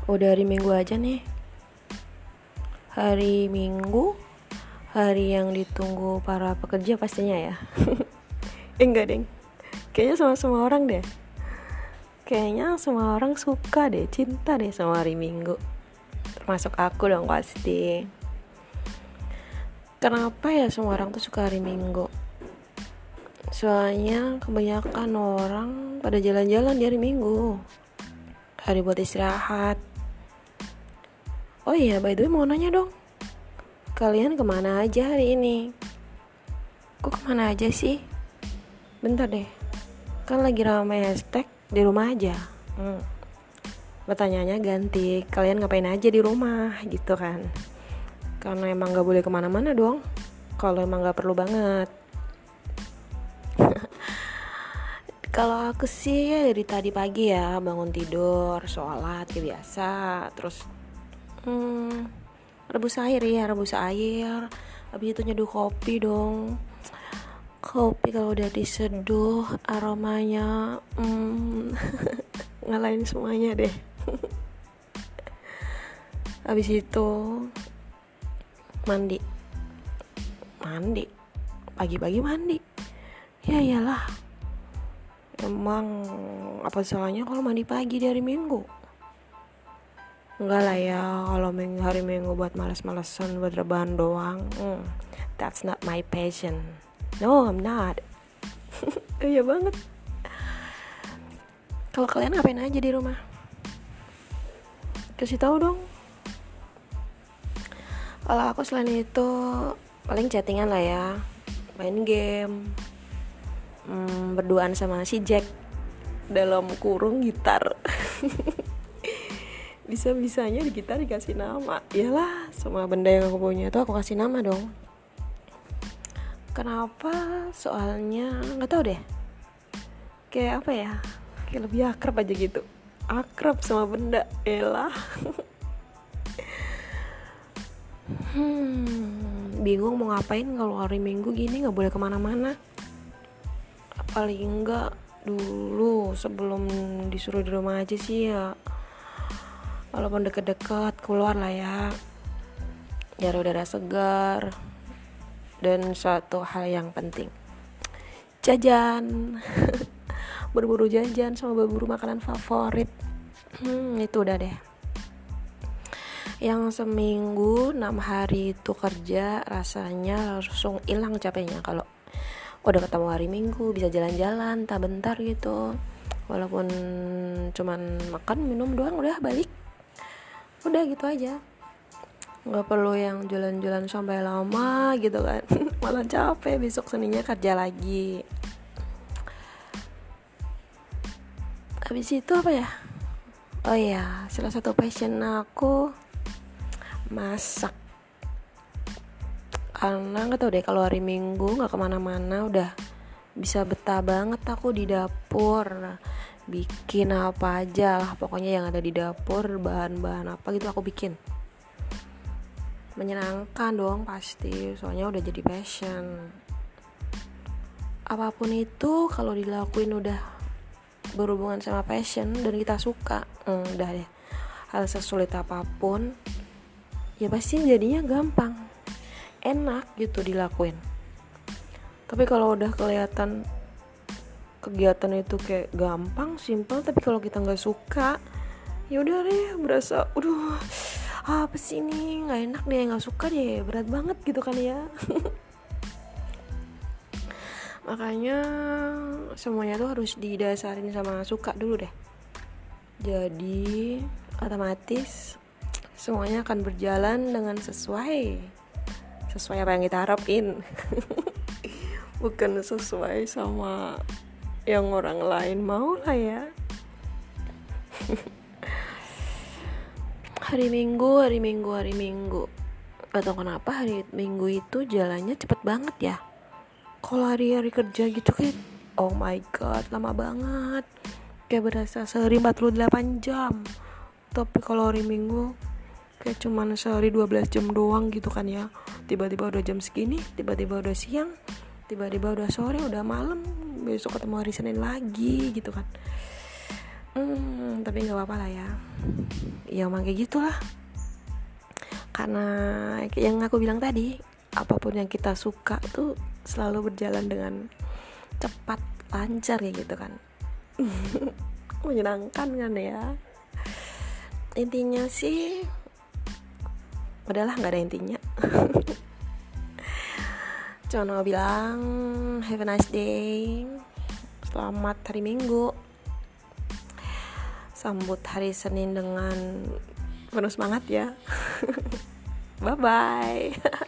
Udah hari Minggu aja nih. Hari Minggu, hari yang ditunggu para pekerja pastinya ya. Enggak deng, kayaknya sama semua orang deh. Kayaknya semua orang suka deh, cinta deh sama hari Minggu. Termasuk aku dong pasti. Kenapa ya semua orang tuh suka hari Minggu? Soalnya kebanyakan orang pada jalan-jalan di hari Minggu. Hari buat istirahat. Oh iya, by the way mau nanya dong, kalian kemana aja hari ini? Kok kemana aja sih? Bentar deh, kan lagi ramai hashtag di rumah aja. Pertanyaannya ganti, kalian ngapain aja di rumah gitu kan? Karena emang gak boleh kemana-mana dong, kalau emang gak perlu banget. Kalau aku sih dari tadi pagi ya, bangun tidur, sholat kayak biasa. Terus rebus air. Habis itu nyeduh kopi dong. Kopi kalau udah diseduh aromanya ngalahin semuanya deh. Habis itu mandi pagi-pagi mandi. Ya iyalah, emang apa salahnya kalau mandi pagi di hari Minggu? Enggak lah ya, kalau hari Minggu buat malas-malasan, buat rebahan doang. That's not my passion. No, I'm not. Iya banget. Kalau kalian ngapain aja di rumah? Kasih tahu dong. Kalau aku selain itu paling chattingan lah ya, main game, berduaan sama si Jack dalam kurung gitar. Bisa-bisanya di gitar dikasih nama. Iyalah, semua benda yang aku punya itu aku kasih nama dong. Kenapa? Soalnya nggak tahu deh. Kayak apa ya? Kayak lebih akrab aja gitu. Akrab sama benda. Elah. Bingung mau ngapain kalau hari Minggu gini, nggak boleh kemana-mana. Paling enggak dulu sebelum disuruh di rumah aja sih ya. Walaupun deket-deket keluar lah ya, nyari udara segar. Dan suatu hal yang penting, jajan. Berburu jajan sama berburu makanan favorit. Itu udah deh. Yang seminggu 6 hari itu kerja, rasanya langsung hilang capeknya kalau udah ketemu hari Minggu, bisa jalan-jalan tak bentar gitu. Walaupun cuman makan minum doang, udah balik. Udah gitu aja, nggak perlu yang jalan-jalan sampai lama gitu kan. Malah capek, besok Seninnya kerja lagi. Habis itu apa ya? Oh iya, salah satu passion aku masak. Karena nggak tahu deh, kalau hari Minggu nggak kemana-mana, udah bisa betah banget aku di dapur. Bikin apa aja lah, pokoknya yang ada di dapur, bahan-bahan apa gitu aku bikin. Menyenangkan dong pasti, soalnya udah jadi passion. Apapun itu kalau dilakuin udah berhubungan sama passion dan kita suka, udah deh. Hal sesulit apapun ya pasti jadinya gampang, enak gitu dilakuin. Tapi kalau udah kelihatan kegiatan itu kayak gampang, simpel, tapi kalau kita nggak suka, ya udah deh, berasa, apa sih ini, nggak enak deh, nggak suka deh, berat banget gitu kan ya. Makanya semuanya tuh harus didasarin sama suka dulu deh. Jadi otomatis semuanya akan berjalan dengan sesuai apa yang kita harapin. Bukan sesuai sama yang orang lain mau lah ya. Hari Minggu. Gak tau kenapa hari Minggu itu jalannya cepet banget ya. Kalau hari-hari kerja gitu kayak, oh my god, lama banget. Kayak berasa sehari 48 jam. Tapi kalau hari Minggu kayak cuman sehari 12 jam doang gitu kan ya. Tiba-tiba udah jam segini, tiba-tiba udah siang, tiba-tiba udah sore, udah malam, besok ketemu hari Senin lagi gitu kan. Tapi nggak apa-apa lah ya. Ya emang kayak gitulah. Karena yang aku bilang tadi, apapun yang kita suka tuh selalu berjalan dengan cepat, lancar ya gitu kan. Menyenangkan kan ya. Intinya sih udahlah, nggak ada intinya. Cuma mau bilang have a nice day, selamat hari Minggu, sambut hari Senin dengan penuh semangat ya. Bye bye.